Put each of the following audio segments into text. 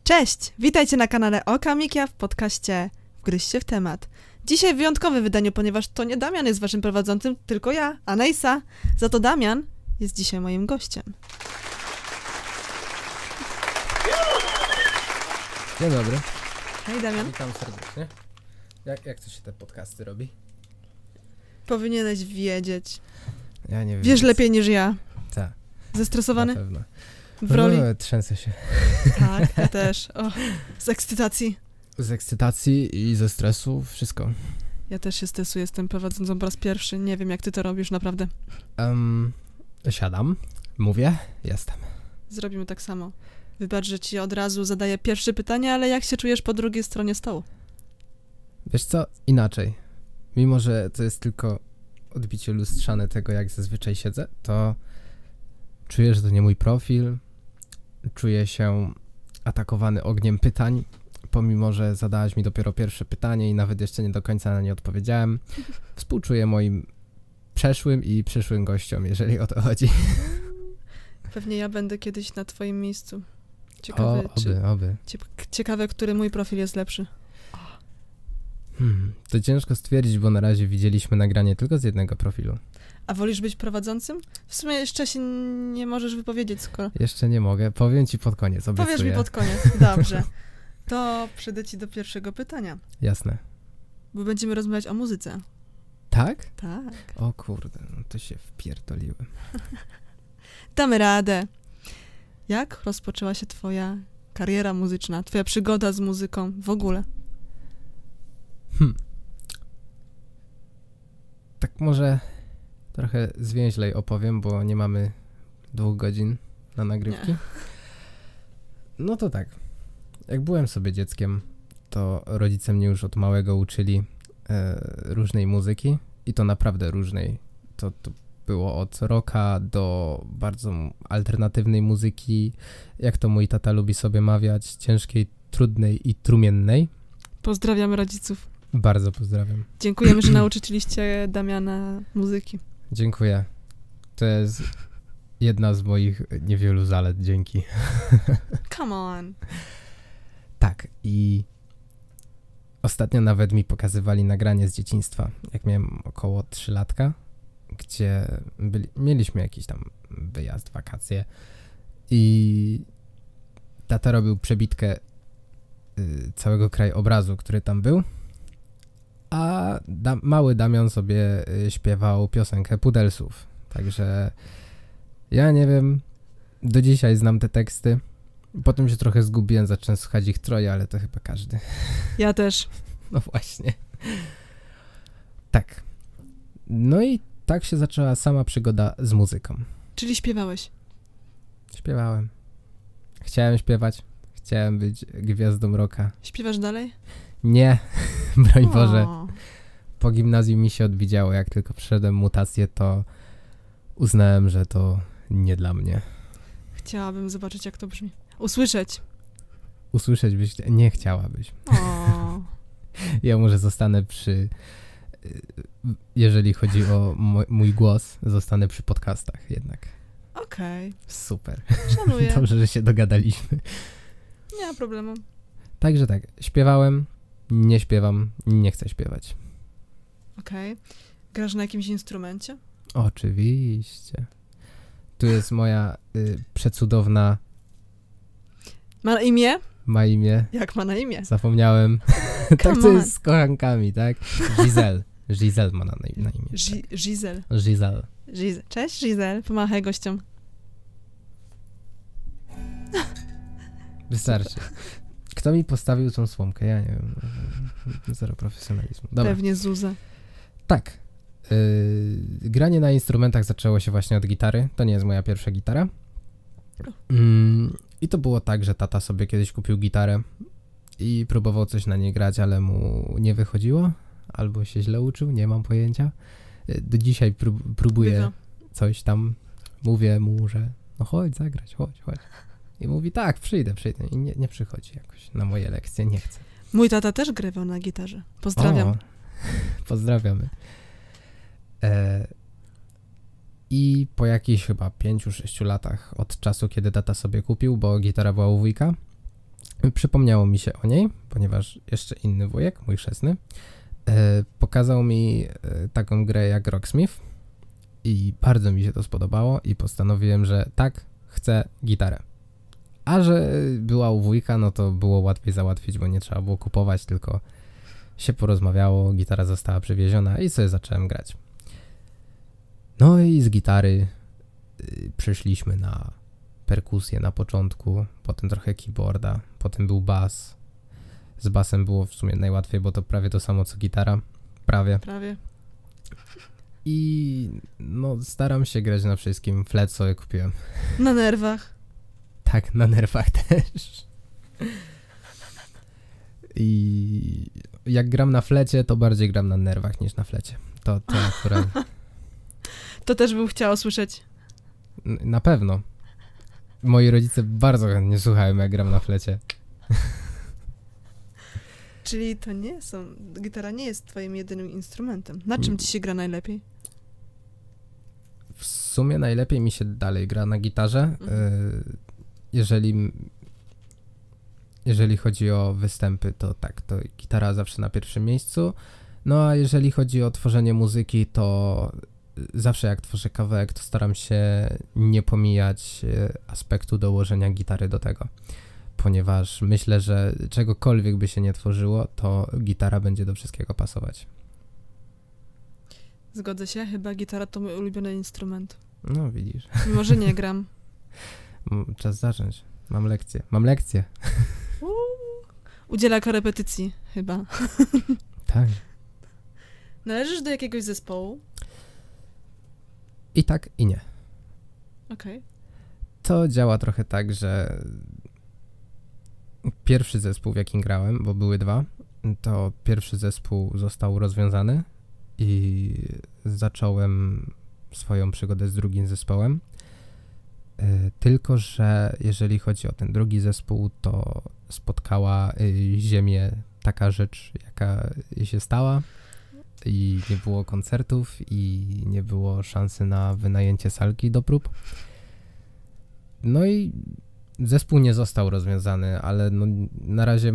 Cześć! Witajcie na kanale Oka Mikia w podcaście Wgryź się w temat. Dzisiaj w wyjątkowym wydaniu, ponieważ to nie Damian jest waszym prowadzącym, tylko ja, Anejsa. Za to Damian jest dzisiaj moim gościem. Dzień dobry. Hej Damian. Witam serdecznie. Jak to się te podcasty robi? Powinieneś wiedzieć. Ja nie wiem. Wiesz lepiej niż ja. Tak. Zestresowany? Na pewno. W roli? Trzęsę się. Tak, ja też. O, z ekscytacji. Z ekscytacji i ze stresu, wszystko. Ja też się stresuję, jestem prowadzącą po raz pierwszy. Nie wiem, jak ty to robisz, naprawdę. Siadam, mówię, jestem. Zrobimy tak samo. Wybacz, że ci od razu zadaję pierwsze pytanie, ale jak się czujesz po drugiej stronie stołu? Wiesz co? Inaczej. Mimo, że to jest tylko odbicie lustrzane tego, jak zazwyczaj siedzę, to czuję, że to nie mój profil. Czuję się atakowany ogniem pytań, pomimo, że zadałaś mi dopiero pierwsze pytanie i nawet jeszcze nie do końca na nie odpowiedziałem. Współczuję moim przeszłym i przyszłym gościom, jeżeli o to chodzi. Pewnie ja będę kiedyś na twoim miejscu. Ciekawe, oby. Ciekawe, który mój profil jest lepszy. To ciężko stwierdzić, bo na razie widzieliśmy nagranie tylko z jednego profilu. A wolisz być prowadzącym? W sumie jeszcze się nie możesz wypowiedzieć, skoro... Jeszcze nie mogę. Powiem ci pod koniec, obiecuję. Powiesz mi pod koniec. Dobrze. To przejdę ci do pierwszego pytania. Jasne. Bo będziemy rozmawiać o muzyce. Tak? Tak. O kurde, no to się wpierdoliłem. Damy radę. Jak rozpoczęła się twoja kariera muzyczna? Twoja przygoda z muzyką w ogóle? Tak może trochę zwięźlej opowiem, bo nie mamy 2 godzin na nagrywki. Nie. No to tak. Jak byłem sobie dzieckiem, to rodzice mnie już od małego uczyli różnej muzyki i to naprawdę różnej. To było od rocka do bardzo alternatywnej muzyki, jak to mój tata lubi sobie mawiać, ciężkiej, trudnej i trumiennej. Pozdrawiamy rodziców. Bardzo pozdrawiam. Dziękujemy, że nauczyliście Damiana muzyki. Dziękuję. To jest jedna z moich niewielu zalet, dzięki. Come on. Tak, i ostatnio nawet mi pokazywali nagranie z dzieciństwa, jak miałem około 3 latka, gdzie mieliśmy jakiś tam wyjazd, wakacje i tata robił przebitkę całego krajobrazu, który tam był, a mały Damian sobie śpiewał piosenkę Pudelsów. Także ja nie wiem, do dzisiaj znam te teksty. Potem się trochę zgubiłem, zacząłem słuchać ich troje, ale to chyba każdy. Ja też. No właśnie. Tak. No i tak się zaczęła sama przygoda z muzyką. Czyli śpiewałeś? Śpiewałem. Chciałem śpiewać. Chciałem być gwiazdą rocka. Śpiewasz dalej? Nie. Broń Boże. Po gimnazjum mi się odwiedziało. Jak tylko przeszedłem mutację, to uznałem, że to nie dla mnie. Chciałabym zobaczyć, jak to brzmi. Usłyszeć. Usłyszeć byś nie chciałabyś. O. Ja może zostanę jeżeli chodzi o mój głos, zostanę przy podcastach jednak. Okej. Super. Szanuję. Dobrze, że się dogadaliśmy. Nie ma problemu. Także tak, śpiewałem, nie śpiewam, nie chcę śpiewać. Okej. Grasz na jakimś instrumencie? Oczywiście. Tu jest moja przecudowna... Ma na imię? Ma imię. Jak ma na imię? Zapomniałem. Tak to on. jest z kochankami, tak? Giselle. Giselle ma na imię. Giselle. Giselle. Cześć Giselle, pomachaj gościom. Wystarczy. Kto mi postawił tą słomkę? Ja nie wiem. Zero profesjonalizmu. Dobra. Pewnie Zuza. Tak. Granie na instrumentach zaczęło się właśnie od gitary. To nie jest moja pierwsza gitara. I to było tak, że tata sobie kiedyś kupił gitarę i próbował coś na niej grać, ale mu nie wychodziło. Albo się źle uczył, nie mam pojęcia. Do dzisiaj próbuję coś tam. Mówię mu, że no chodź zagrać, chodź. I mówi tak, przyjdę. I nie przychodzi jakoś na moje lekcje, nie chce. Mój tata też grywał na gitarze. Pozdrawiam. O, pozdrawiamy. I po jakichś chyba 5-6 latach od czasu, kiedy tata sobie kupił, bo gitara była u wujka, przypomniało mi się o niej, ponieważ jeszcze inny wujek, mój chrzestny, pokazał mi taką grę jak Rocksmith i bardzo mi się to spodobało i postanowiłem, że tak, chcę gitarę. A że była u wujka, no to było łatwiej załatwić, bo nie trzeba było kupować, tylko się porozmawiało, gitara została przywieziona i sobie zacząłem grać. No i z gitary przeszliśmy na perkusję na początku, potem trochę keyboarda, potem był bas. Z basem było w sumie najłatwiej, bo to prawie to samo co gitara. Prawie. I no staram się grać na wszystkim. Flet sobie kupiłem. Na nerwach. Tak, na nerwach też. I jak gram na flecie, to bardziej gram na nerwach niż na flecie. To akurat... To też bym chciała słyszeć. Na pewno. Moi rodzice bardzo chętnie słuchają, jak gram na flecie. Czyli to gitara nie jest twoim jedynym instrumentem. Na czym ci się gra najlepiej? W sumie najlepiej mi się dalej gra na gitarze. Jeżeli chodzi o występy, to tak, to gitara zawsze na pierwszym miejscu. No a jeżeli chodzi o tworzenie muzyki, to zawsze jak tworzę kawałek, to staram się nie pomijać aspektu dołożenia gitary do tego. Ponieważ myślę, że czegokolwiek by się nie tworzyło, to gitara będzie do wszystkiego pasować. Zgodzę się, chyba gitara to mój ulubiony instrument. No widzisz. Mimo, że nie gram. Czas zacząć. Mam lekcję. Udziela korepetycji, chyba. Tak. Należysz do jakiegoś zespołu? I tak, i nie. Okej. To działa trochę tak, że pierwszy zespół, w jakim grałem, bo były dwa, to pierwszy zespół został rozwiązany i zacząłem swoją przygodę z drugim zespołem. Tylko że jeżeli chodzi o ten drugi zespół, to spotkała ziemię taka rzecz, jaka się stała i nie było koncertów i nie było szansy na wynajęcie salki do prób. No i zespół nie został rozwiązany, ale no na razie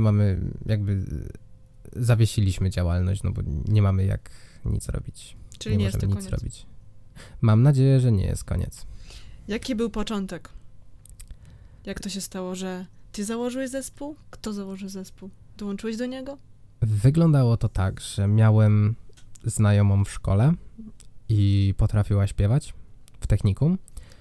zawiesiliśmy działalność, no bo nie mamy jak nic robić. Czyli nie jest to nic koniec. robić. Mam nadzieję, że nie jest koniec. Jaki był początek? Jak to się stało, że ty założyłeś zespół? Kto założył zespół? Dołączyłeś do niego? Wyglądało to tak, że miałem znajomą w szkole i potrafiła śpiewać w technikum.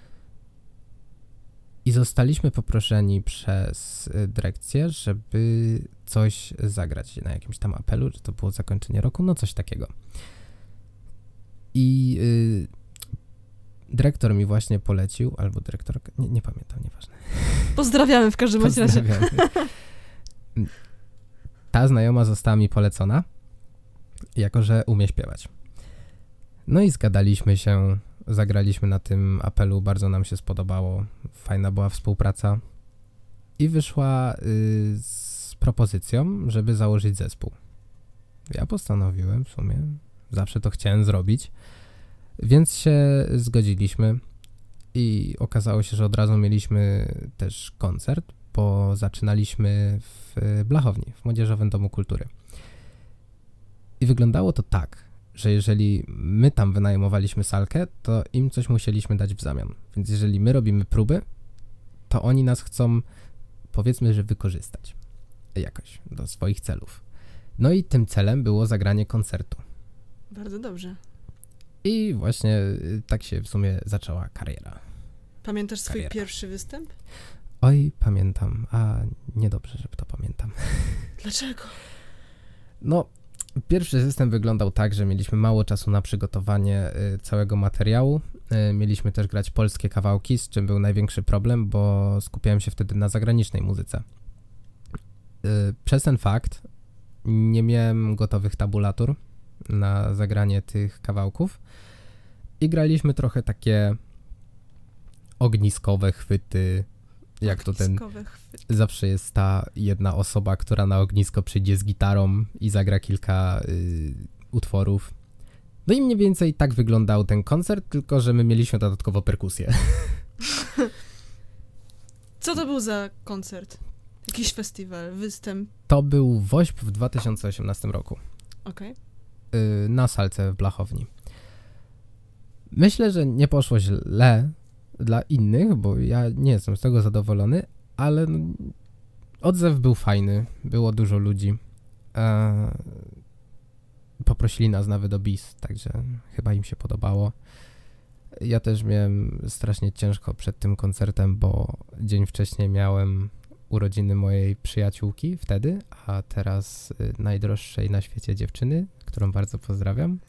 I zostaliśmy poproszeni przez dyrekcję, żeby coś zagrać na jakimś tam apelu, że to było zakończenie roku, no coś takiego. I dyrektor mi właśnie polecił, albo dyrektorka, nie pamiętam, nieważne. Pozdrawiamy w każdym razie. Ta znajoma została mi polecona, jako że umie śpiewać. No i zgadaliśmy się, zagraliśmy na tym apelu, bardzo nam się spodobało, fajna była współpraca i wyszła z propozycją, żeby założyć zespół. Ja postanowiłem w sumie, zawsze to chciałem zrobić, więc się zgodziliśmy i okazało się, że od razu mieliśmy też koncert, bo zaczynaliśmy w Blachowni, w Młodzieżowym Domu Kultury. I wyglądało to tak, że jeżeli my tam wynajmowaliśmy salkę, to im coś musieliśmy dać w zamian. Więc jeżeli my robimy próby, to oni nas chcą, powiedzmy, że wykorzystać jakoś do swoich celów. No i tym celem było zagranie koncertu. Bardzo dobrze. I właśnie tak się w sumie zaczęła kariera. Pamiętasz swój pierwszy występ? Oj, pamiętam, a niedobrze, że to pamiętam. Dlaczego? No, pierwszy system wyglądał tak, że mieliśmy mało czasu na przygotowanie całego materiału. Mieliśmy też grać polskie kawałki, z czym był największy problem, bo skupiałem się wtedy na zagranicznej muzyce. Przez ten fakt nie miałem gotowych tabulatur na zagranie tych kawałków i graliśmy trochę takie ogniskowe chwyty, jak to zawsze jest ta jedna osoba, która na ognisko przyjdzie z gitarą i zagra kilka utworów. No i mniej więcej tak wyglądał ten koncert, tylko że my mieliśmy dodatkowo perkusję. Co to był za koncert? Jakiś festiwal, występ. To był WOŚP w 2018 roku. Okej. Na salce w Blachowni. Myślę, że nie poszło źle dla innych, bo ja nie jestem z tego zadowolony, ale odzew był fajny, było dużo ludzi. Poprosili nas nawet o bis, także chyba im się podobało. Ja też miałem strasznie ciężko przed tym koncertem, bo dzień wcześniej miałem urodziny mojej przyjaciółki wtedy, a teraz najdroższej na świecie dziewczyny, którą bardzo pozdrawiam.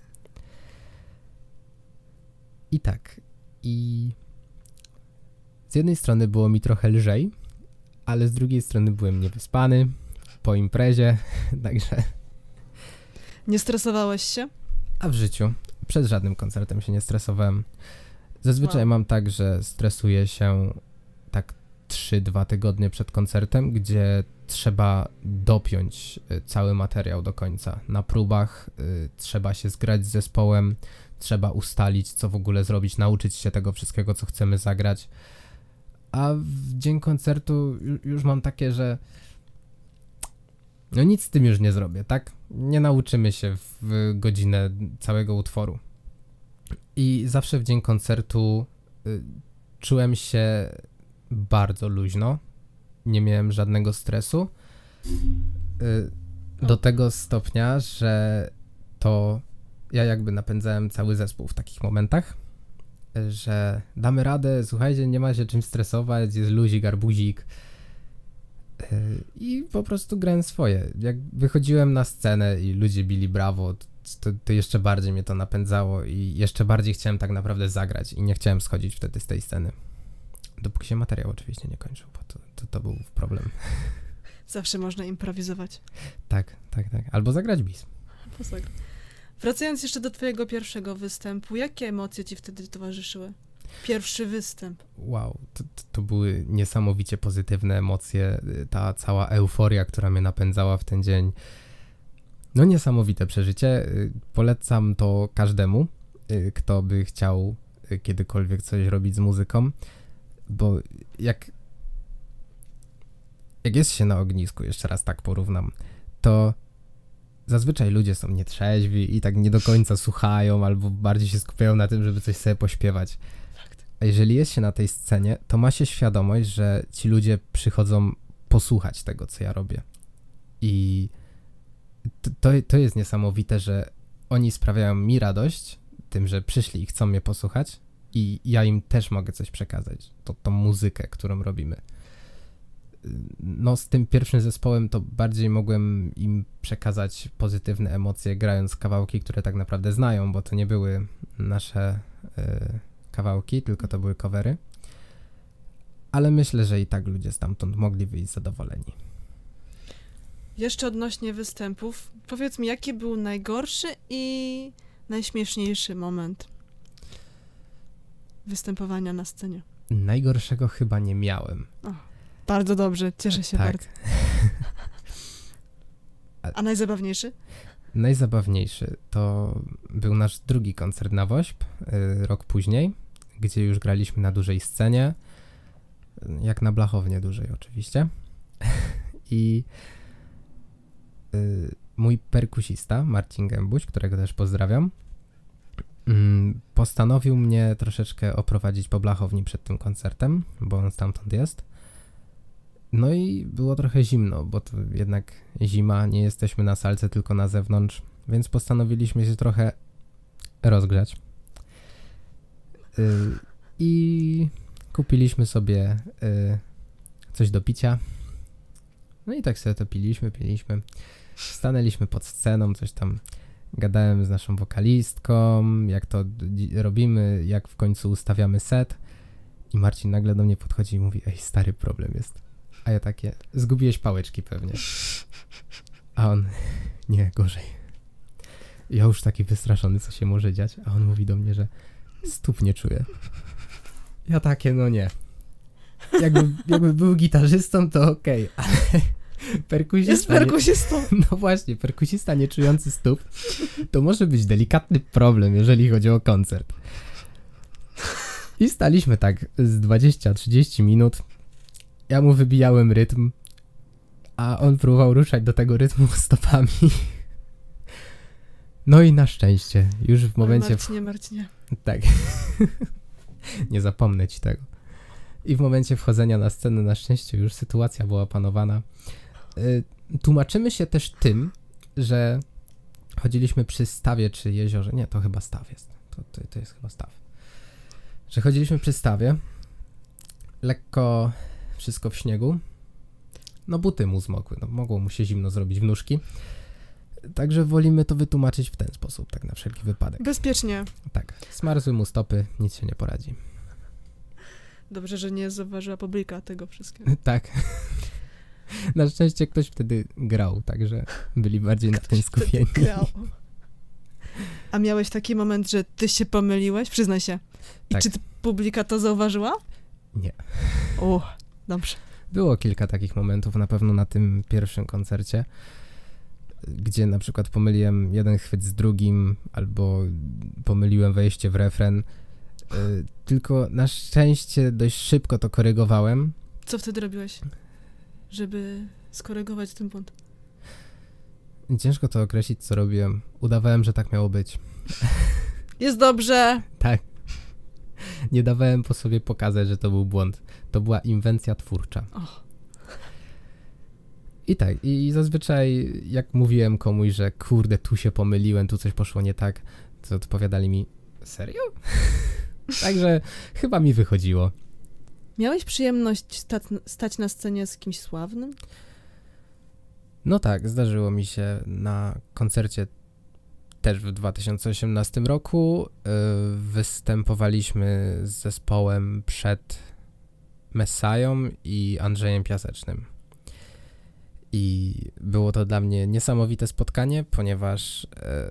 I tak, i z jednej strony było mi trochę lżej, ale z drugiej strony byłem niewyspany po imprezie, także... Nie stresowałeś się? A w życiu przed żadnym koncertem się nie stresowałem. Zazwyczaj mam tak, że stresuję się tak 3-2 tygodnie przed koncertem, gdzie trzeba dopiąć cały materiał do końca. Na próbach trzeba się zgrać z zespołem, trzeba ustalić, co w ogóle zrobić, nauczyć się tego wszystkiego, co chcemy zagrać. A w dzień koncertu już mam takie, że no nic z tym już nie zrobię, tak? Nie nauczymy się w godzinę całego utworu. I zawsze w dzień koncertu czułem się bardzo luźno. Nie miałem żadnego stresu. Do tego stopnia, że to ja jakby napędzałem cały zespół w takich momentach, że damy radę, słuchajcie, nie ma się czym stresować, jest luzik, arbuzik. I po prostu grałem swoje. Jak wychodziłem na scenę i ludzie bili brawo, to jeszcze bardziej mnie to napędzało i jeszcze bardziej chciałem tak naprawdę zagrać i nie chciałem schodzić wtedy z tej sceny. Dopóki się materiał oczywiście nie kończył, bo to był problem. Zawsze można improwizować. Tak. Albo zagrać bis. Wracając jeszcze do twojego pierwszego występu, jakie emocje ci wtedy towarzyszyły? Pierwszy występ. Wow, to były niesamowicie pozytywne emocje, ta cała euforia, która mnie napędzała w ten dzień. No niesamowite przeżycie, polecam to każdemu, kto by chciał kiedykolwiek coś robić z muzyką, bo jak jest się na ognisku, jeszcze raz tak porównam, to zazwyczaj ludzie są nietrzeźwi i tak nie do końca słuchają albo bardziej się skupiają na tym, żeby coś sobie pośpiewać. A jeżeli jest się na tej scenie, to ma się świadomość, że ci ludzie przychodzą posłuchać tego, co ja robię. I to jest niesamowite, że oni sprawiają mi radość tym, że przyszli i chcą mnie posłuchać i ja im też mogę coś przekazać. Tą muzykę, którą robimy. No z tym pierwszym zespołem to bardziej mogłem im przekazać pozytywne emocje, grając kawałki, które tak naprawdę znają, bo to nie były nasze kawałki, tylko to były covery. Ale myślę, że i tak ludzie stamtąd mogli wyjść zadowoleni. Jeszcze odnośnie występów, powiedz mi, jaki był najgorszy i najśmieszniejszy moment występowania na scenie? Najgorszego chyba nie miałem. Bardzo dobrze, cieszę się bardzo. A najzabawniejszy? Najzabawniejszy to był nasz drugi koncert na WOŚP, rok później, gdzie już graliśmy na dużej scenie, jak na Blachownie dużej oczywiście. I mój perkusista, Marcin Gębuś, którego też pozdrawiam, postanowił mnie troszeczkę oprowadzić po Blachowni przed tym koncertem, bo on stamtąd jest. No i było trochę zimno, bo to jednak zima, nie jesteśmy na salce, tylko na zewnątrz, więc postanowiliśmy się trochę rozgrzać. I kupiliśmy sobie coś do picia. No i tak sobie to piliśmy. Stanęliśmy pod sceną, coś tam gadałem z naszą wokalistką, jak to robimy, jak w końcu ustawiamy set. I Marcin nagle do mnie podchodzi i mówi: ej, stary, problem jest. A ja takie: zgubiłeś pałeczki pewnie. A on: nie, gorzej. Ja już taki wystraszony, co się może dziać, a on mówi do mnie, że stóp nie czuję. Ja takie: no nie. Jakby był gitarzystą, to okej, ale perkusista... Jest perkusistą. No właśnie, perkusista nie czujący stóp, to może być delikatny problem, jeżeli chodzi o koncert. I staliśmy tak z 20-30 minut. Ja mu wybijałem rytm, a on próbował ruszać do tego rytmu stopami. No i na szczęście, już w momencie... Marcinie. Tak. Nie zapomnę ci tego. I w momencie wchodzenia na scenę na szczęście już sytuacja była opanowana. Tłumaczymy się też tym, że chodziliśmy przy stawie czy jeziorze. Nie, to chyba staw jest. To jest chyba staw. Że chodziliśmy przy stawie. Lekko wszystko w śniegu. No buty mu zmokły. No, mogło mu się zimno zrobić w nóżki. Także wolimy to wytłumaczyć w ten sposób, tak na wszelki wypadek. Bezpiecznie. Tak. Smarzły mu stopy, nic się nie poradzi. Dobrze, że nie zauważyła publika tego wszystkiego. Tak. Na szczęście ktoś wtedy grał, także byli bardziej na tym skupieni. Grał. A miałeś taki moment, że ty się pomyliłeś? Przyznaj się. I tak. Czy publika to zauważyła? Nie. Dobrze. Było kilka takich momentów, na pewno na tym pierwszym koncercie, gdzie na przykład pomyliłem jeden chwyt z drugim, albo pomyliłem wejście w refren. Tylko na szczęście dość szybko to korygowałem. Co wtedy robiłeś, żeby skorygować ten błąd? Ciężko to określić, co robiłem. Udawałem, że tak miało być. Jest dobrze. Tak. Nie dawałem po sobie pokazać, że to był błąd. To była inwencja twórcza. I tak, i zazwyczaj jak mówiłem komuś, że kurde, tu się pomyliłem, tu coś poszło nie tak, to odpowiadali mi, serio? Także chyba mi wychodziło. Miałeś przyjemność stać na scenie z kimś sławnym? No tak, zdarzyło mi się na koncercie też w 2018 roku. Występowaliśmy z zespołem przed Messiahą i Andrzejem Piasecznym. I było to dla mnie niesamowite spotkanie, ponieważ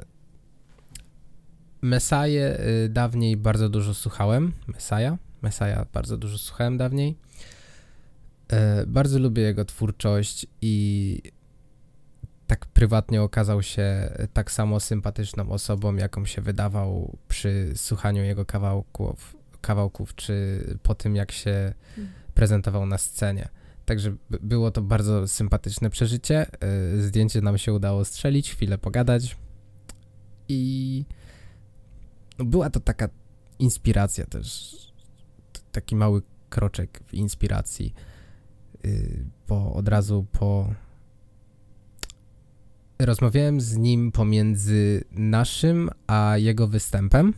Messiah dawniej bardzo dużo słuchałem. Messiah bardzo dużo słuchałem dawniej. Bardzo lubię jego twórczość i tak prywatnie okazał się tak samo sympatyczną osobą, jaką się wydawał przy słuchaniu jego kawałków czy po tym, jak się prezentował na scenie. Także było to bardzo sympatyczne przeżycie. Zdjęcie nam się udało strzelić, chwilę pogadać i była to taka inspiracja też, taki mały kroczek w inspiracji, bo od razu rozmawiałem z nim pomiędzy naszym a jego występem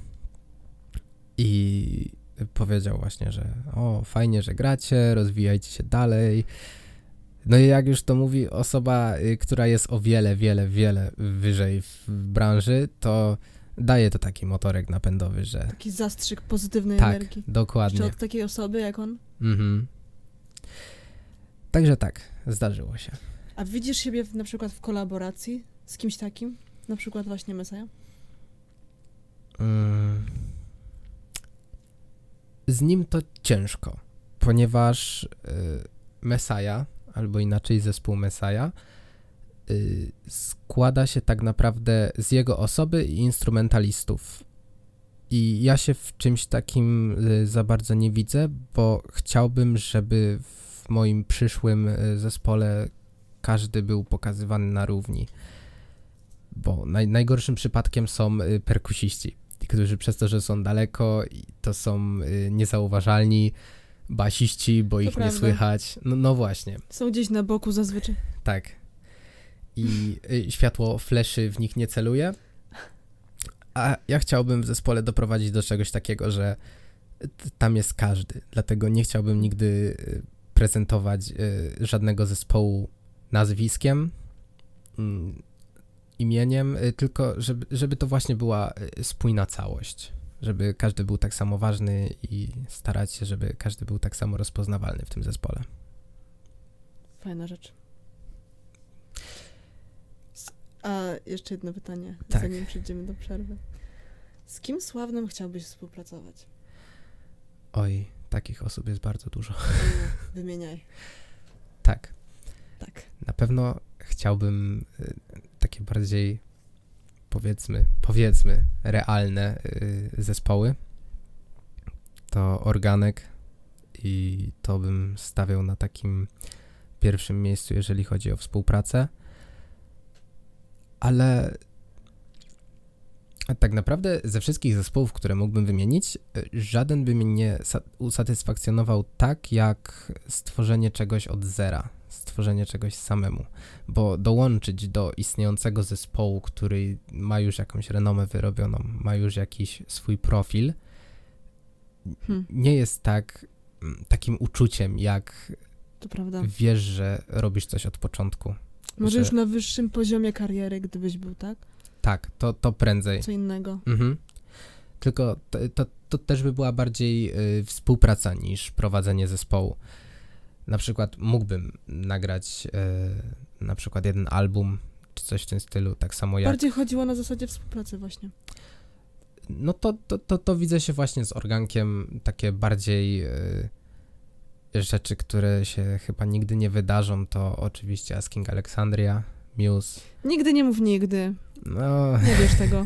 i powiedział właśnie, że fajnie, że gracie, rozwijajcie się dalej. No i jak już to mówi osoba, która jest o wiele, wiele, wiele wyżej w branży, to daje to taki motorek napędowy, że... Taki zastrzyk pozytywnej energii. Tak, dokładnie. Czy od takiej osoby jak on? Także tak, zdarzyło się. A widzisz siebie na przykład w kolaboracji z kimś takim? Na przykład właśnie Messiah? Z nim to ciężko, ponieważ Messiah, albo inaczej zespół Messiah, składa się tak naprawdę z jego osoby i instrumentalistów. I ja się w czymś takim za bardzo nie widzę, bo chciałbym, żeby w moim przyszłym zespole każdy był pokazywany na równi. Bo najgorszym przypadkiem są perkusiści, którzy przez to, że są daleko, to są niezauważalni, basiści, bo ich nie słychać. No właśnie. Są gdzieś na boku zazwyczaj. Tak. I światło fleszy w nich nie celuje. A ja chciałbym w zespole doprowadzić do czegoś takiego, że tam jest każdy. Dlatego nie chciałbym nigdy prezentować żadnego zespołu nazwiskiem, imieniem, tylko żeby to właśnie była spójna całość. Żeby każdy był tak samo ważny i starać się, żeby każdy był tak samo rozpoznawalny w tym zespole. Fajna rzecz. A jeszcze jedno pytanie, tak, zanim przejdziemy do przerwy. Z kim sławnym chciałbyś współpracować? Oj, takich osób jest bardzo dużo. Wymieniaj. Tak. Tak. Na pewno chciałbym takie bardziej, powiedzmy, realne zespoły. To Organek i to bym stawiał na takim pierwszym miejscu, jeżeli chodzi o współpracę, ale tak naprawdę ze wszystkich zespołów, które mógłbym wymienić, żaden by mnie nie usatysfakcjonował tak, jak stworzenie czegoś od zera, stworzenie czegoś samemu, bo dołączyć do istniejącego zespołu, który ma już jakąś renomę wyrobioną, ma już jakiś swój profil, nie jest takim uczuciem, jak to prawda. Wiesz, że robisz coś od początku. Może że... już na wyższym poziomie kariery, gdybyś był, tak? Tak, to prędzej. Co innego. Tylko to też by była bardziej współpraca niż prowadzenie zespołu. Na przykład mógłbym nagrać na przykład jeden album, czy coś w tym stylu, tak samo jak... Bardziej chodziło na zasadzie współpracy właśnie. No to widzę się właśnie z organkiem, takie bardziej rzeczy, które się chyba nigdy nie wydarzą, to oczywiście Asking Alexandria, Muse. Nigdy nie mów nigdy. No... Nie wiesz tego.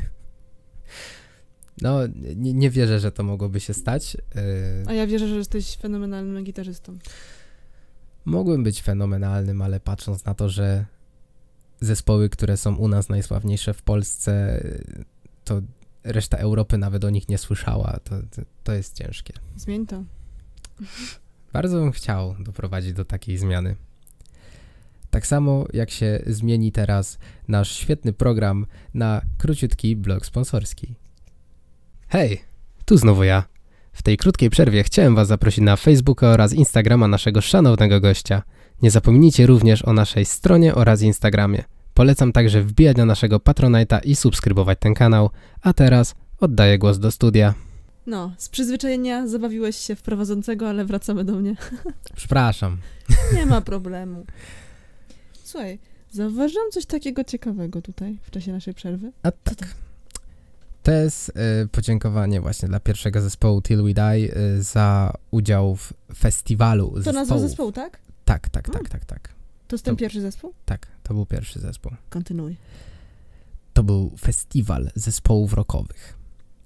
No, nie wierzę, że to mogłoby się stać. A ja wierzę, że jesteś fenomenalnym gitarzystą. Mogłem być fenomenalnym, ale patrząc na to, że zespoły, które są u nas najsławniejsze w Polsce, to reszta Europy nawet o nich nie słyszała. To jest ciężkie. Zmień to. Bardzo bym chciał doprowadzić do takiej zmiany. Tak samo jak się zmieni teraz nasz świetny program na króciutki blog sponsorski. Hej, tu znowu ja. W tej krótkiej przerwie chciałem Was zaprosić na Facebooka oraz Instagrama naszego szanownego gościa. Nie zapomnijcie również o naszej stronie oraz Instagramie. Polecam także wbijać na naszego Patronite'a i subskrybować ten kanał. A teraz oddaję głos do studia. No, z przyzwyczajenia zabawiłeś się w prowadzącego, ale wracamy do mnie. Przepraszam. Nie ma problemu. Słuchaj, zauważyłam coś takiego ciekawego tutaj w czasie naszej przerwy. A tak. To jest podziękowanie właśnie dla pierwszego zespołu Till We Die za udział w festiwalu zespołów. To nazwa zespołu, tak? Tak. To jest ten pierwszy zespół? Tak, to był pierwszy zespół. Kontynuuj. To był festiwal zespołów rockowych.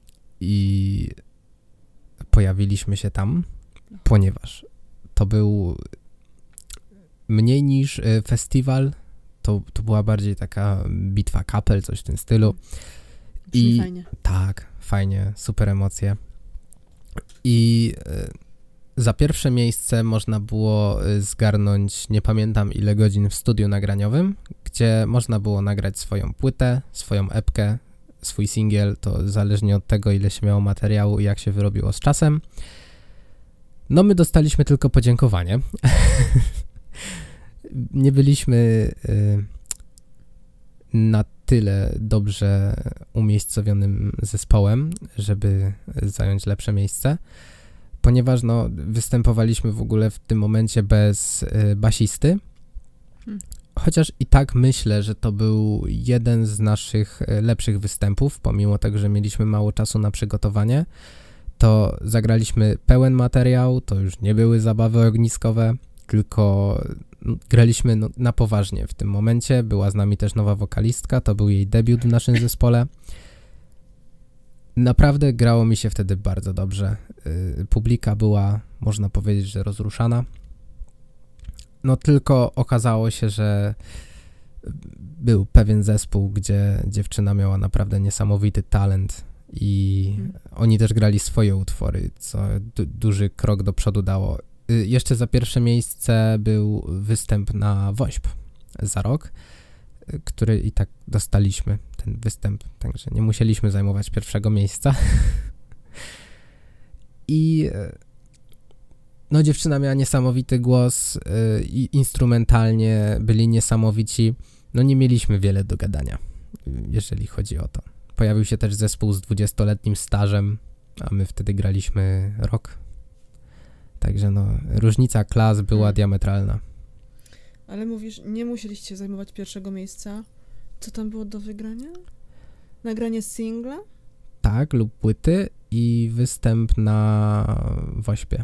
I pojawiliśmy się tam, ponieważ to był mniej niż festiwal, to była bardziej taka bitwa kapel, coś w tym stylu. Czyli fajnie. Tak, fajnie, super emocje. I za pierwsze miejsce można było zgarnąć, nie pamiętam ile godzin w studiu nagraniowym, gdzie można było nagrać swoją płytę, swoją epkę, swój singiel, to zależnie od tego, ile się miało materiału i jak się wyrobiło z czasem. No my dostaliśmy tylko podziękowanie. Nie byliśmy na tyle dobrze umiejscowionym zespołem, żeby zająć lepsze miejsce, ponieważ występowaliśmy w ogóle w tym momencie bez basisty, chociaż i tak myślę, że to był jeden z naszych lepszych występów, pomimo tego, że mieliśmy mało czasu na przygotowanie, to zagraliśmy pełen materiał, to już nie były zabawy ogniskowe, tylko graliśmy na poważnie w tym momencie. Była z nami też nowa wokalistka, to był jej debiut w naszym zespole. Naprawdę grało mi się wtedy bardzo dobrze. Publika była, można powiedzieć, że rozruszana. No tylko okazało się, że był pewien zespół, gdzie dziewczyna miała naprawdę niesamowity talent i oni też grali swoje utwory, co duży krok do przodu dało. Jeszcze za pierwsze miejsce był występ na WOŚP za rok, który i tak dostaliśmy, ten występ, także nie musieliśmy zajmować pierwszego miejsca. I dziewczyna miała niesamowity głos i instrumentalnie byli niesamowici. Nie mieliśmy wiele do gadania, jeżeli chodzi o to. Pojawił się też zespół z 20-letnim stażem, a my wtedy graliśmy rok. Także różnica klas była diametralna. Ale mówisz, nie musieliście zajmować pierwszego miejsca. Co tam było do wygrania? Nagranie singla? Tak, lub płyty i występ na WOŚPie.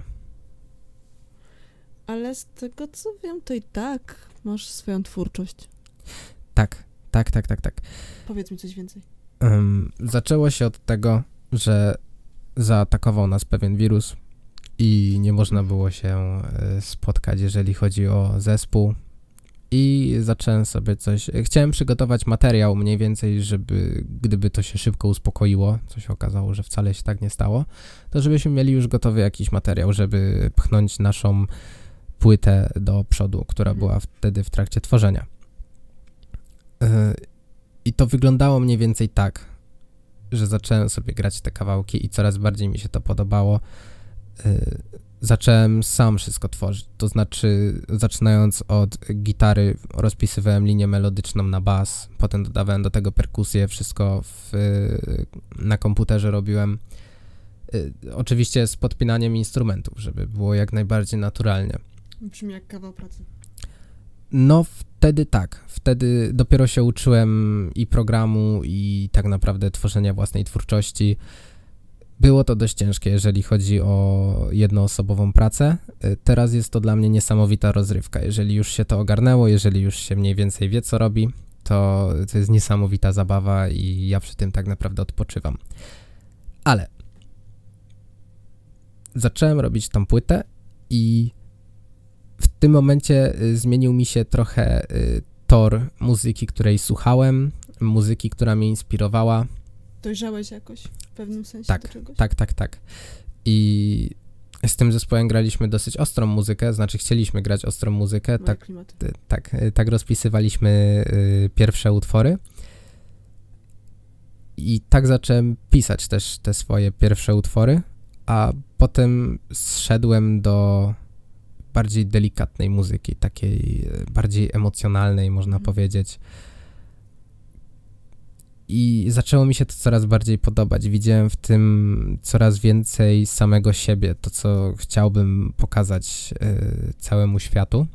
Ale z tego co wiem, to i tak masz swoją twórczość. Tak. Powiedz mi coś więcej. Zaczęło się od tego, że zaatakował nas pewien wirus i nie można było się spotkać, jeżeli chodzi o zespół. I zacząłem sobie chciałem przygotować materiał mniej więcej, żeby, gdyby to się szybko uspokoiło, co się okazało, że wcale się tak nie stało, to żebyśmy mieli już gotowy jakiś materiał, żeby pchnąć naszą płytę do przodu, która była wtedy w trakcie tworzenia. I to wyglądało mniej więcej tak, że zacząłem sobie grać te kawałki i coraz bardziej mi się to podobało. Zacząłem sam wszystko tworzyć, to znaczy zaczynając od gitary rozpisywałem linię melodyczną na bas, potem dodawałem do tego perkusję, wszystko na komputerze robiłem, oczywiście z podpinaniem instrumentów, żeby było jak najbardziej naturalnie. Brzmi jak kawał pracy. No wtedy tak, wtedy dopiero się uczyłem i programu i tak naprawdę tworzenia własnej twórczości. Było to dość ciężkie, jeżeli chodzi o jednoosobową pracę. Teraz jest to dla mnie niesamowita rozrywka. Jeżeli już się to ogarnęło, jeżeli już się mniej więcej wie, co robi, to jest niesamowita zabawa i ja przy tym tak naprawdę odpoczywam. Ale zacząłem robić tą płytę i w tym momencie zmienił mi się trochę tor muzyki, której słuchałem, muzyki, która mnie inspirowała. Dojrzałeś jakoś w pewnym sensie do czegoś? Tak. I z tym zespołem graliśmy dosyć ostrą muzykę, znaczy chcieliśmy grać ostrą muzykę, tak rozpisywaliśmy pierwsze utwory. I tak zacząłem pisać też te swoje pierwsze utwory, a potem zszedłem do bardziej delikatnej muzyki, takiej bardziej emocjonalnej, można powiedzieć. I zaczęło mi się to coraz bardziej podobać. Widziałem w tym coraz więcej samego siebie, to co chciałbym pokazać całemu światu.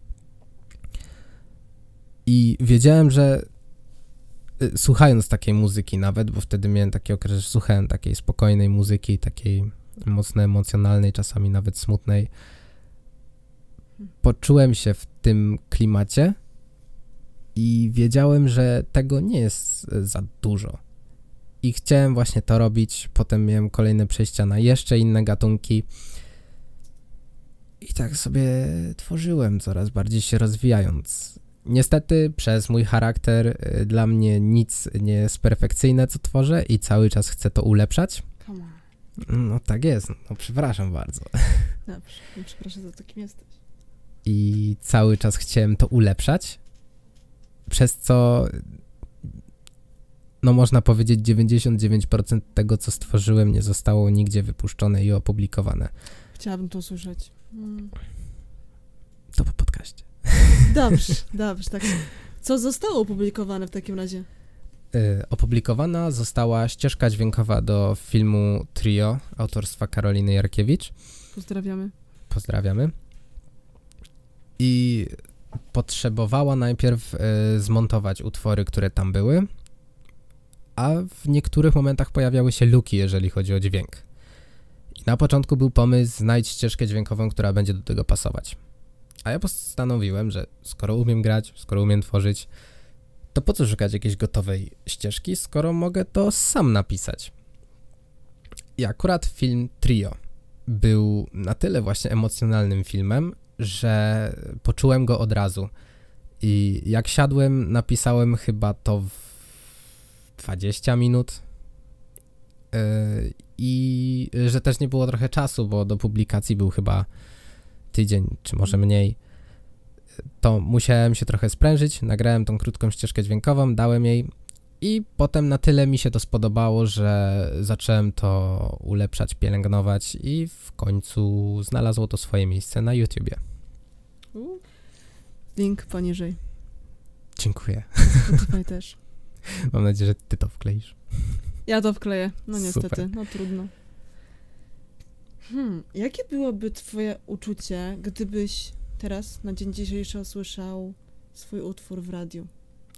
I wiedziałem, że słuchając takiej muzyki nawet, bo wtedy miałem taki okres, że słuchałem takiej spokojnej muzyki, takiej mocno emocjonalnej, czasami nawet smutnej, poczułem się w tym klimacie i wiedziałem, że tego nie jest za dużo. I chciałem właśnie to robić. Potem miałem kolejne przejścia na jeszcze inne gatunki. I tak sobie tworzyłem, coraz bardziej się rozwijając. Niestety przez mój charakter dla mnie nic nie jest perfekcyjne, co tworzę i cały czas chcę to ulepszać. No tak jest, no przepraszam bardzo. Dobrze, nie przepraszam za to, kim jesteś. I cały czas chciałem to ulepszać, przez co, no można powiedzieć, 99% tego, co stworzyłem, nie zostało nigdzie wypuszczone i opublikowane. Chciałabym to usłyszeć. To po podcaście. Dobrze, tak. Co zostało opublikowane w takim razie? Opublikowana została ścieżka dźwiękowa do filmu Trio autorstwa Karoliny Jarkiewicz. Pozdrawiamy. I potrzebowała najpierw zmontować utwory, które tam były, a w niektórych momentach pojawiały się luki, jeżeli chodzi o dźwięk. I na początku był pomysł, znajdź ścieżkę dźwiękową, która będzie do tego pasować. A ja postanowiłem, że skoro umiem grać, skoro umiem tworzyć, to po co szukać jakiejś gotowej ścieżki, skoro mogę to sam napisać. I akurat film Trio był na tyle właśnie emocjonalnym filmem, że poczułem go od razu. I jak siadłem, napisałem chyba to w 20 minut. I że też nie było trochę czasu, bo do publikacji był chyba tydzień, czy może mniej. To musiałem się trochę sprężyć, nagrałem tą krótką ścieżkę dźwiękową, dałem jej i potem na tyle mi się to spodobało, że zacząłem to ulepszać, pielęgnować i w końcu znalazło to swoje miejsce na YouTubie. Link poniżej. Dziękuję. Spotify też. Mam nadzieję, że ty to wkleisz. Ja to wkleję. No niestety, Super. no trudno. Jakie byłoby twoje uczucie, gdybyś teraz, na dzień dzisiejszy, usłyszał swój utwór w radiu?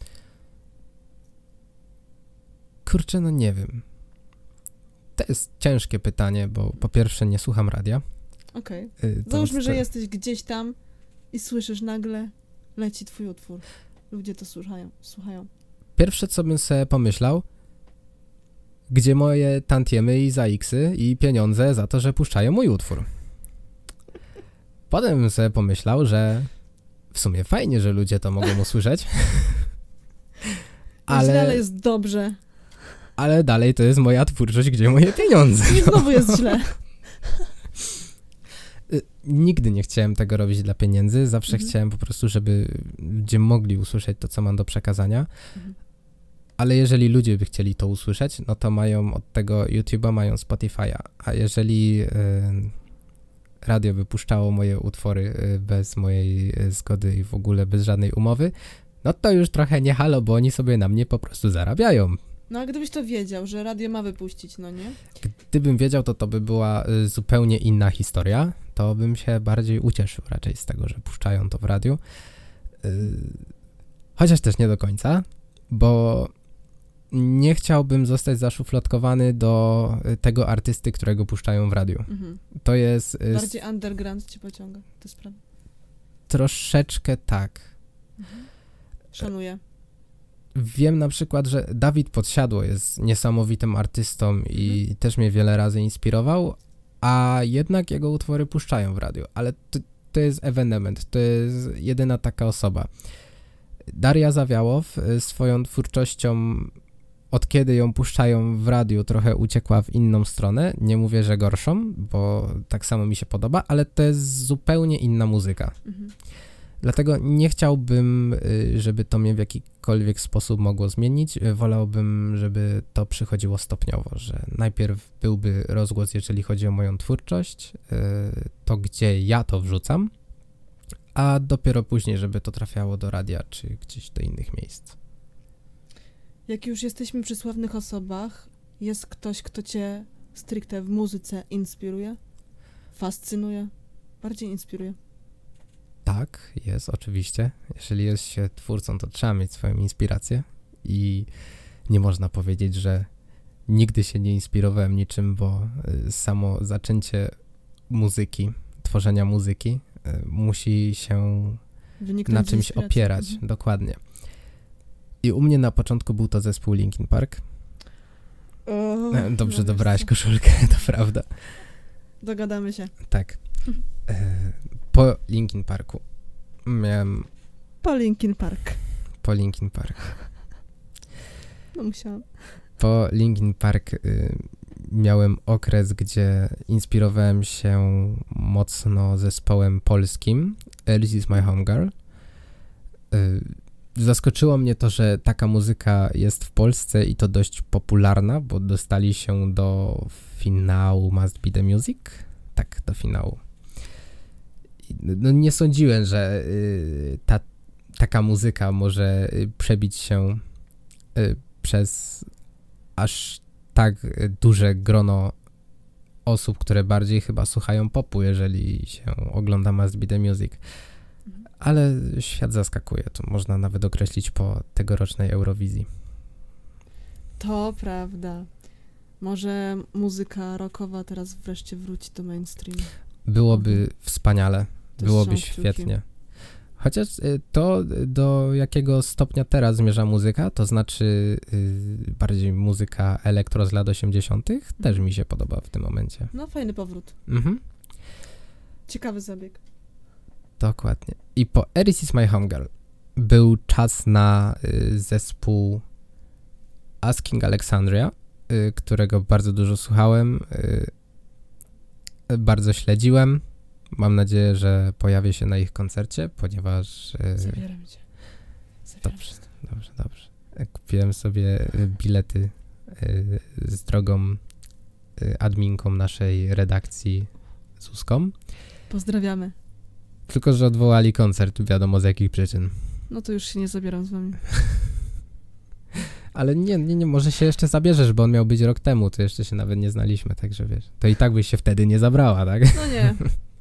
Kurczę, no nie wiem. To jest ciężkie pytanie, bo po pierwsze nie słucham radia. Okej. Załóżmy, że jesteś gdzieś tam i słyszysz nagle, leci twój utwór. Ludzie to słuchają. Pierwsze, co bym sobie pomyślał, gdzie moje tantiemy i zaiksy i pieniądze za to, że puszczają mój utwór. Potem bym sobie pomyślał, że w sumie fajnie, że ludzie to mogą usłyszeć. Ale jest dobrze. Ale dalej to jest moja twórczość, gdzie moje pieniądze. I znowu jest źle. Nigdy nie chciałem tego robić dla pieniędzy. Zawsze chciałem po prostu, żeby ludzie mogli usłyszeć to, co mam do przekazania. Ale jeżeli ludzie by chcieli to usłyszeć, no to mają od tego YouTube'a, mają Spotify'a. A jeżeli radio wypuszczało moje utwory bez mojej zgody i w ogóle bez żadnej umowy, no to już trochę nie halo, bo oni sobie na mnie po prostu zarabiają. No a gdybyś to wiedział, że radio ma wypuścić, no nie? Gdybym wiedział, to by była zupełnie inna historia. To bym się bardziej ucieszył raczej z tego, że puszczają to w radiu. Chociaż też nie do końca, bo nie chciałbym zostać zaszufladkowany do tego artysty, którego puszczają w radiu. To jest... Bardziej underground cię pociąga, to sprawa. Troszeczkę tak. Szanuję. Wiem na przykład, że Dawid Podsiadło jest niesamowitym artystą i też mnie wiele razy inspirował, a jednak jego utwory puszczają w radiu, ale to jest ewenement, to jest jedyna taka osoba. Daria Zawiałow swoją twórczością, od kiedy ją puszczają w radiu, trochę uciekła w inną stronę. Nie mówię, że gorszą, bo tak samo mi się podoba, ale to jest zupełnie inna muzyka. Dlatego nie chciałbym, żeby to mnie w jakikolwiek sposób mogło zmienić. Wolałbym, żeby to przychodziło stopniowo, że najpierw byłby rozgłos, jeżeli chodzi o moją twórczość, to gdzie ja to wrzucam, a dopiero później, żeby to trafiało do radia, czy gdzieś do innych miejsc. Jak już jesteśmy przy sławnych osobach, jest ktoś, kto cię stricte w muzyce inspiruje? Fascynuje? Bardziej inspiruje? Tak, jest oczywiście. Jeżeli jest się twórcą, to trzeba mieć swoją inspirację i nie można powiedzieć, że nigdy się nie inspirowałem niczym, bo samo zaczęcie muzyki, tworzenia muzyki musi się na czymś opierać. Dokładnie. I u mnie na początku był to zespół Linkin Park. Dobrze dobrałaś koszulkę, to prawda. Dogadamy się. Tak. Po Linkin Parku miałem... Po Linkin Park. No musiałam. Po Linkin Park miałem okres, gdzie inspirowałem się mocno zespołem polskim This Is My Home Girl. Zaskoczyło mnie to, że taka muzyka jest w Polsce i to dość popularna, bo dostali się do finału Must Be The Music. Tak, do finału. No nie sądziłem, że taka muzyka może przebić się przez aż tak duże grono osób, które bardziej chyba słuchają popu, jeżeli się ogląda Must Be The Music. Ale świat zaskakuje, to można nawet określić po tegorocznej Eurowizji. To prawda. Może muzyka rockowa teraz wreszcie wróci do mainstreamu. Byłoby wspaniale, byłoby świetnie. Chociaż to, do jakiego stopnia teraz zmierza muzyka, to znaczy bardziej muzyka elektro z lat 80., też mi się podoba w tym momencie. No, fajny powrót. Ciekawy zabieg. Dokładnie. I po This Is My Home Girl był czas na zespół Asking Alexandria, którego bardzo dużo słuchałem, bardzo śledziłem. Mam nadzieję, że pojawię się na ich koncercie, ponieważ... Zabieram cię. Dobrze. Kupiłem sobie bilety z drogą adminką naszej redakcji Zuską. Pozdrawiamy. Tylko że odwołali koncert, wiadomo z jakich przyczyn. No to już się nie zabieram z wami. Ale nie, może się jeszcze zabierzesz, bo on miał być rok temu, to jeszcze się nawet nie znaliśmy, także wiesz. To i tak byś się wtedy nie zabrała, tak? No nie.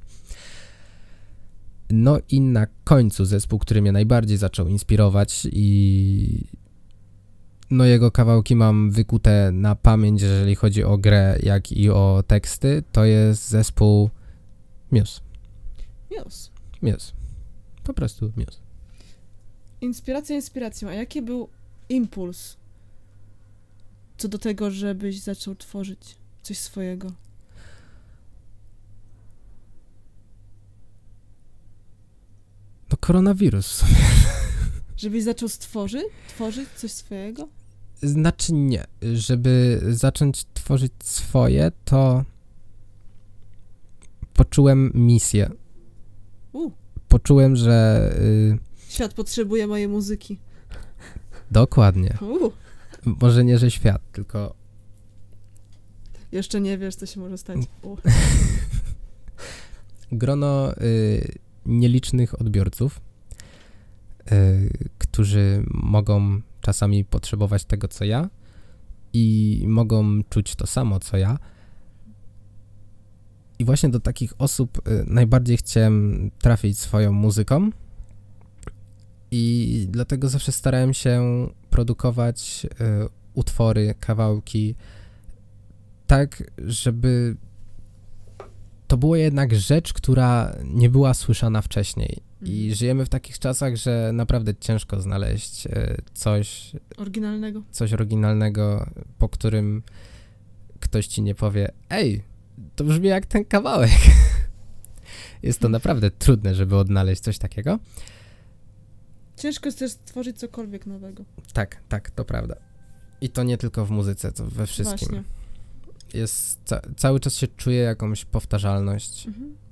No i na końcu zespół, który mnie najbardziej zaczął inspirować i no jego kawałki mam wykute na pamięć, jeżeli chodzi o grę, jak i o teksty, to jest zespół Muse. Muse. Po prostu Muse. Inspiracja inspiracją. A jaki był impuls co do tego, żebyś zaczął tworzyć coś swojego? koronawirus w sumie. Żebyś zaczął tworzyć coś swojego? Znaczy nie. Żeby zacząć tworzyć swoje, to poczułem misję. Poczułem, że... Świat potrzebuje mojej muzyki. Dokładnie. Może nie, że świat, tylko... Jeszcze nie wiesz, co się może stać. Grono nielicznych odbiorców, którzy mogą czasami potrzebować tego, co ja i mogą czuć to samo, co ja. I właśnie do takich osób najbardziej chciałem trafić swoją muzyką i dlatego zawsze starałem się produkować utwory, kawałki tak, żeby to była jednak rzecz, która nie była słyszana wcześniej. I żyjemy w takich czasach, że naprawdę ciężko znaleźć coś oryginalnego, po którym ktoś ci nie powie: ej, to brzmi jak ten kawałek. Jest to naprawdę trudne, żeby odnaleźć coś takiego. Ciężko jest też stworzyć cokolwiek nowego. Tak, to prawda. I to nie tylko w muzyce, to we wszystkim. Właśnie. Cały czas się czuje jakąś powtarzalność.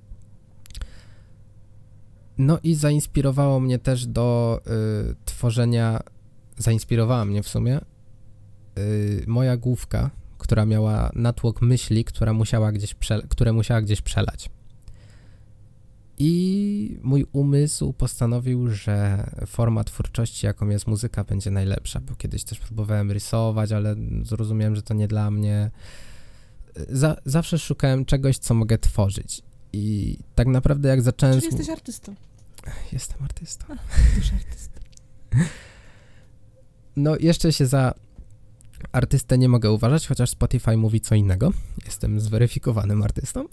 No i zainspirowało mnie też do zainspirowała mnie w sumie moja główka, która miała natłok myśli, które musiała gdzieś przelać. I mój umysł postanowił, że forma twórczości, jaką jest muzyka, będzie najlepsza, bo kiedyś też próbowałem rysować, ale zrozumiałem, że to nie dla mnie. Zawsze szukałem czegoś, co mogę tworzyć. I tak naprawdę jak zacząłem... Czyli jesteś artystą. Jestem artystą. Już artysta. No jeszcze się za artystę nie mogę uważać, chociaż Spotify mówi co innego. Jestem zweryfikowanym artystą.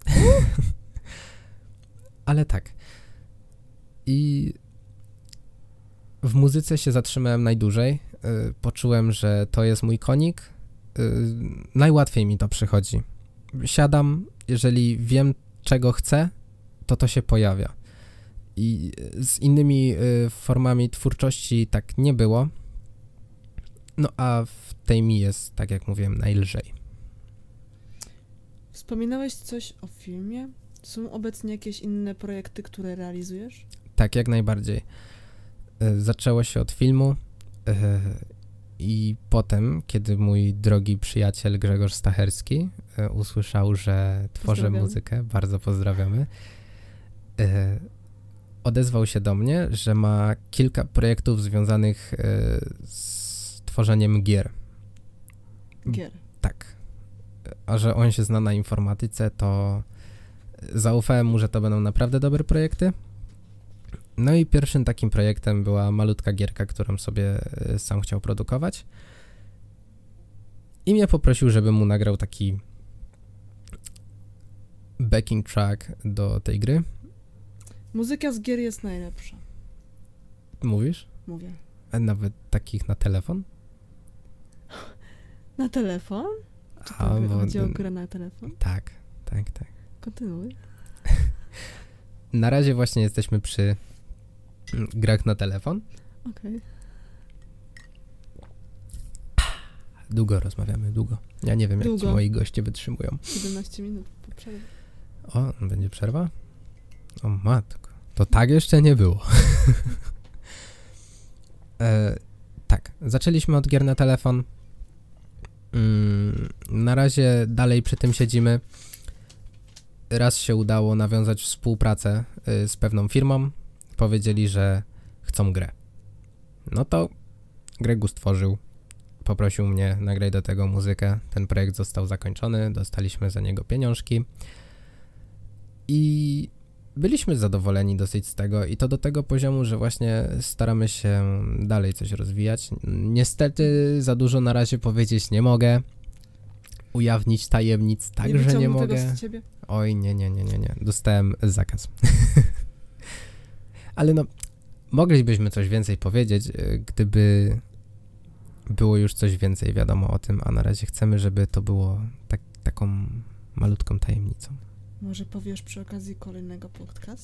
Ale tak. I w muzyce się zatrzymałem najdłużej. Poczułem, że to jest mój konik. Najłatwiej mi to przychodzi. Siadam, jeżeli wiem, czego chcę, to się pojawia. I z innymi formami twórczości tak nie było. No a w tej mi jest, tak jak mówiłem, najlżej. Wspominałeś coś o filmie? Są obecnie jakieś inne projekty, które realizujesz? Tak, jak najbardziej. Zaczęło się od filmu i potem, kiedy mój drogi przyjaciel Grzegorz Stacherski usłyszał, że tworzę muzykę, bardzo pozdrawiamy, odezwał się do mnie, że ma kilka projektów związanych z tworzeniem gier. Gier. Tak. A że on się zna na informatyce, to zaufałem mu, że to będą naprawdę dobre projekty. No i pierwszym takim projektem była malutka gierka, którą sobie sam chciał produkować. I mnie poprosił, żebym mu nagrał taki backing track do tej gry. Muzyka z gier jest najlepsza. Mówisz? Mówię. A nawet takich na telefon? Na telefon? Czy chodzi o grę na telefon? Tak. Kontynuuj. Na razie właśnie jesteśmy przy grach na telefon. Okej. Długo rozmawiamy, długo. Ja nie wiem, jak ci moi goście wytrzymują. 17 minut po przerwie. O, będzie przerwa? O matko, to tak jeszcze nie było. Tak, zaczęliśmy od gier na telefon. Na razie dalej przy tym siedzimy. Raz się udało nawiązać współpracę z pewną firmą. Powiedzieli, że chcą grę. No to Gregu stworzył. Poprosił mnie, nagraj do tego muzykę. Ten projekt został zakończony, dostaliśmy za niego pieniążki. I byliśmy zadowoleni dosyć z tego i to do tego poziomu, że właśnie staramy się dalej coś rozwijać. Niestety za dużo na razie powiedzieć nie mogę. Ujawnić tajemnic także nie mogę. Tego z ciebie? Oj, nie. Dostałem zakaz. Ale no, moglibyśmy coś więcej powiedzieć, gdyby było już coś więcej wiadomo o tym, a na razie chcemy, żeby to było taką malutką tajemnicą. Może powiesz przy okazji kolejnego podcastu?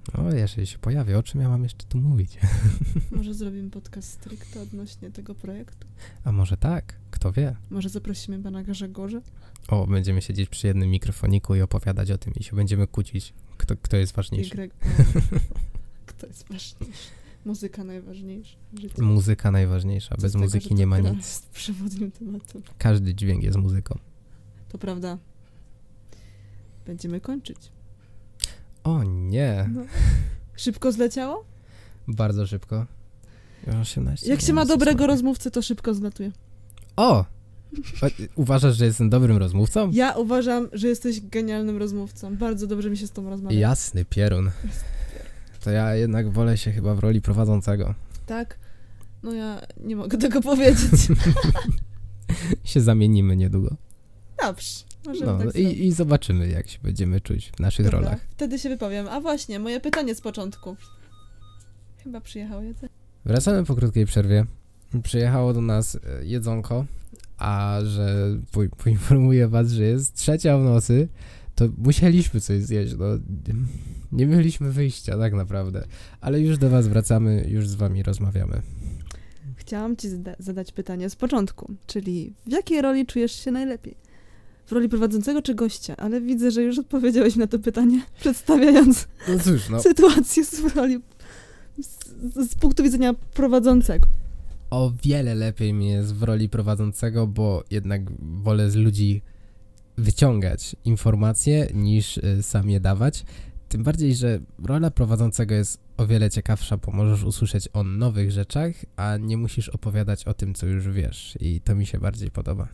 O, jeżeli się pojawi, o czym ja mam jeszcze tu mówić? Może zrobimy podcast stricte odnośnie tego projektu? A może tak? Kto wie? Może zaprosimy pana Grzegorza? O, będziemy siedzieć przy jednym mikrofoniku i opowiadać o tym i się będziemy kłócić, kto jest ważniejszy. Kto jest ważniejszy? Muzyka najważniejsza. Życie. Muzyka najważniejsza. Bez muzyki nie ma nic. Jest przewodnim tematem. Każdy dźwięk jest muzyką. To prawda. Będziemy kończyć. O nie. No. Szybko zleciało? Bardzo szybko. Już 18. Jak się ma dobrego rozmówcę, to szybko zlatuje. O! Uważasz, że jestem dobrym rozmówcą? Ja uważam, że jesteś genialnym rozmówcą. Bardzo dobrze mi się z tobą rozmawia. Jasny pierun. To ja jednak wolę się chyba w roli prowadzącego. Tak? No ja nie mogę tego powiedzieć. Się zamienimy niedługo. Dobrze. Możemy No tak i zobaczymy, jak się będziemy czuć w naszych Dobra, rolach. wtedy się wypowiem. A właśnie, moje pytanie z początku. Chyba przyjechało jedzenie. Wracamy po krótkiej przerwie. Przyjechało do nas jedzonko, a że poinformuję was, że jest 3:00 w nocy, to musieliśmy coś zjeść. No, nie mieliśmy wyjścia tak naprawdę. Ale już do was wracamy, już z wami rozmawiamy. Chciałam ci zadać pytanie z początku, czyli w jakiej roli czujesz się najlepiej? W roli prowadzącego czy gościa? Ale widzę, że już odpowiedziałeś na to pytanie, przedstawiając No cóż, no. sytuację z roli z punktu widzenia prowadzącego. O wiele lepiej mi jest w roli prowadzącego, bo jednak wolę z ludzi wyciągać informacje niż sam je dawać. Tym bardziej, że rola prowadzącego jest o wiele ciekawsza, bo możesz usłyszeć o nowych rzeczach, a nie musisz opowiadać o tym, co już wiesz. I to mi się bardziej podoba.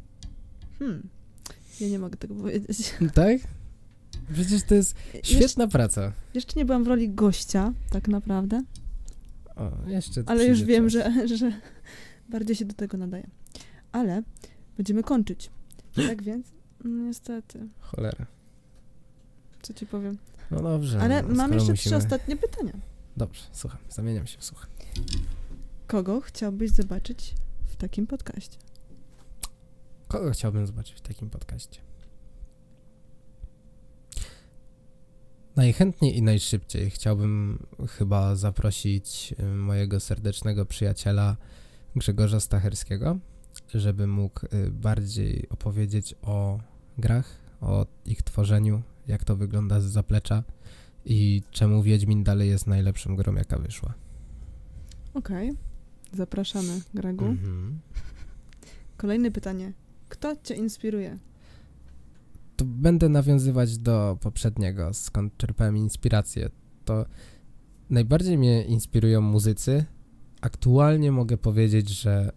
Ja nie mogę tego powiedzieć. Tak? Przecież to jest świetna praca. Jeszcze nie byłam w roli gościa, tak naprawdę. O, jeszcze Ale już wiem, czas. że bardziej się do tego nadaje. Ale będziemy kończyć. Tak więc, niestety, Cholera. co ci powiem. No dobrze. Ale no, mam jeszcze musimy... 3 ostatnie pytania. Dobrze, słucham. Zamieniam się w słuch. Kogo chciałbyś zobaczyć w takim podcaście? Kogo chciałbym zobaczyć w takim podcaście? Najchętniej i najszybciej chciałbym chyba zaprosić mojego serdecznego przyjaciela Grzegorza Stacherskiego, żeby mógł bardziej opowiedzieć o grach, o ich tworzeniu, jak to wygląda z zaplecza i czemu Wiedźmin dalej jest najlepszą grą, jaka wyszła. Okej. Zapraszamy, Gregu. Mhm. Kolejne pytanie. Kto cię inspiruje? To będę nawiązywać do poprzedniego, skąd czerpałem inspirację. To najbardziej mnie inspirują muzycy. Aktualnie mogę powiedzieć, że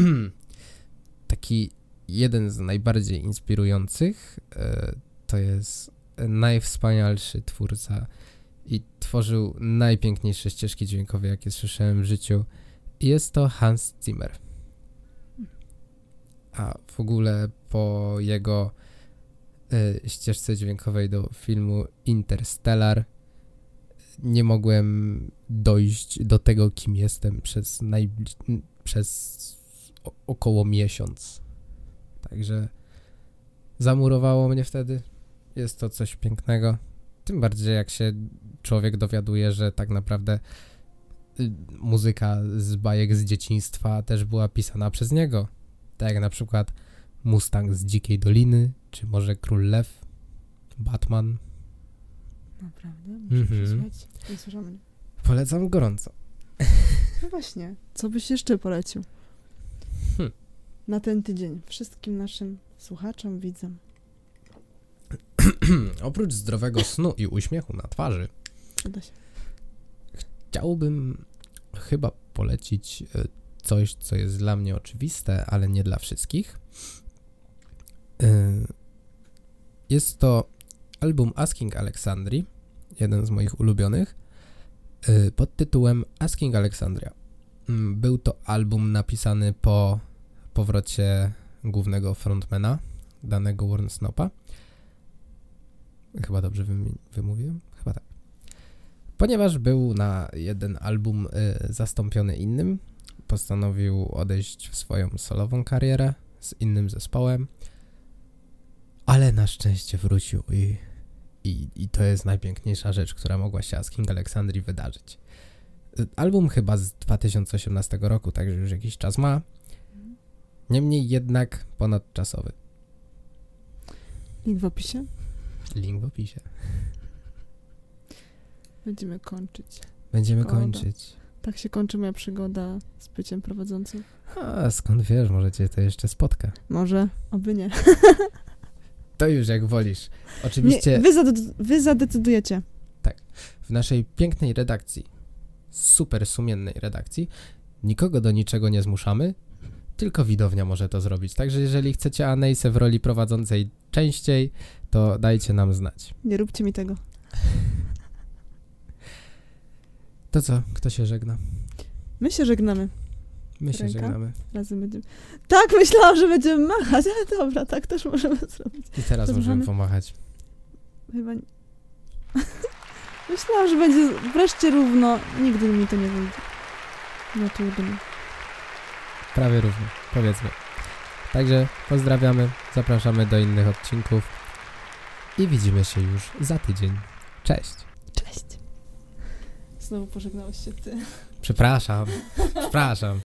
taki jeden z najbardziej inspirujących to jest najwspanialszy twórca i tworzył najpiękniejsze ścieżki dźwiękowe, jakie słyszałem w życiu. I jest to Hans Zimmer. A w ogóle po jego ścieżce dźwiękowej do filmu Interstellar nie dojść do tego, kim jestem przez około miesiąc. Także zamurowało mnie wtedy. Jest to coś pięknego. Tym bardziej jak się człowiek dowiaduje, że tak naprawdę muzyka z bajek z dzieciństwa też była pisana przez niego. Tak jak na przykład Mustang z Dzikiej Doliny, czy może Król Lew, Batman. Naprawdę? Muszę przesłuchać. Nie słyszałem. Polecam gorąco. No właśnie. Co byś jeszcze polecił? Na ten tydzień. Wszystkim naszym słuchaczom, widzom. Oprócz zdrowego snu i uśmiechu na twarzy, Przyda się. chciałbym chyba polecić coś, co jest dla mnie oczywiste, ale nie dla wszystkich. Jest to album Asking Alexandrii, jeden z moich ulubionych, pod tytułem Asking Alexandria. Był to album napisany po powrocie głównego frontmana, danego Warren Snopa. Chyba dobrze wymówiłem? Chyba tak. Ponieważ był na jeden album zastąpiony innym, postanowił odejść w swoją solową karierę z innym zespołem, ale na szczęście wrócił I to jest najpiękniejsza rzecz, która mogła się Asking Alexandrii wydarzyć. Album chyba z 2018 roku, także już jakiś czas ma. Niemniej jednak ponadczasowy. Link w opisie. Link w opisie. Będziemy kończyć. Będziemy Szkoda. kończyć. Tak się kończy moja przygoda z byciem prowadzącym. A skąd wiesz, może cię to jeszcze spotka. Może, oby nie. To już jak wolisz. Oczywiście Nie, wy zadecydujecie. w naszej pięknej redakcji, super sumiennej redakcji, nikogo do niczego nie zmuszamy, tylko widownia może to zrobić. Także jeżeli chcecie Anejsę w roli prowadzącej częściej, to dajcie nam znać. Nie róbcie mi tego. To co? Kto się żegna? My się żegnamy. My się Ręka? żegnamy. Razem będziemy... Tak, myślałam, że będziemy machać, ale dobra, tak też możemy zrobić. I teraz To możemy mamy- pomachać. Chyba nie. Myślałam, że będzie wreszcie równo. Nigdy mi to nie wyjdzie. No trudno. Prawie równo, powiedzmy. Także pozdrawiamy, zapraszamy do innych odcinków i widzimy się już za tydzień. Cześć. Cześć. Znowu pożegnałeś się ty. Przepraszam.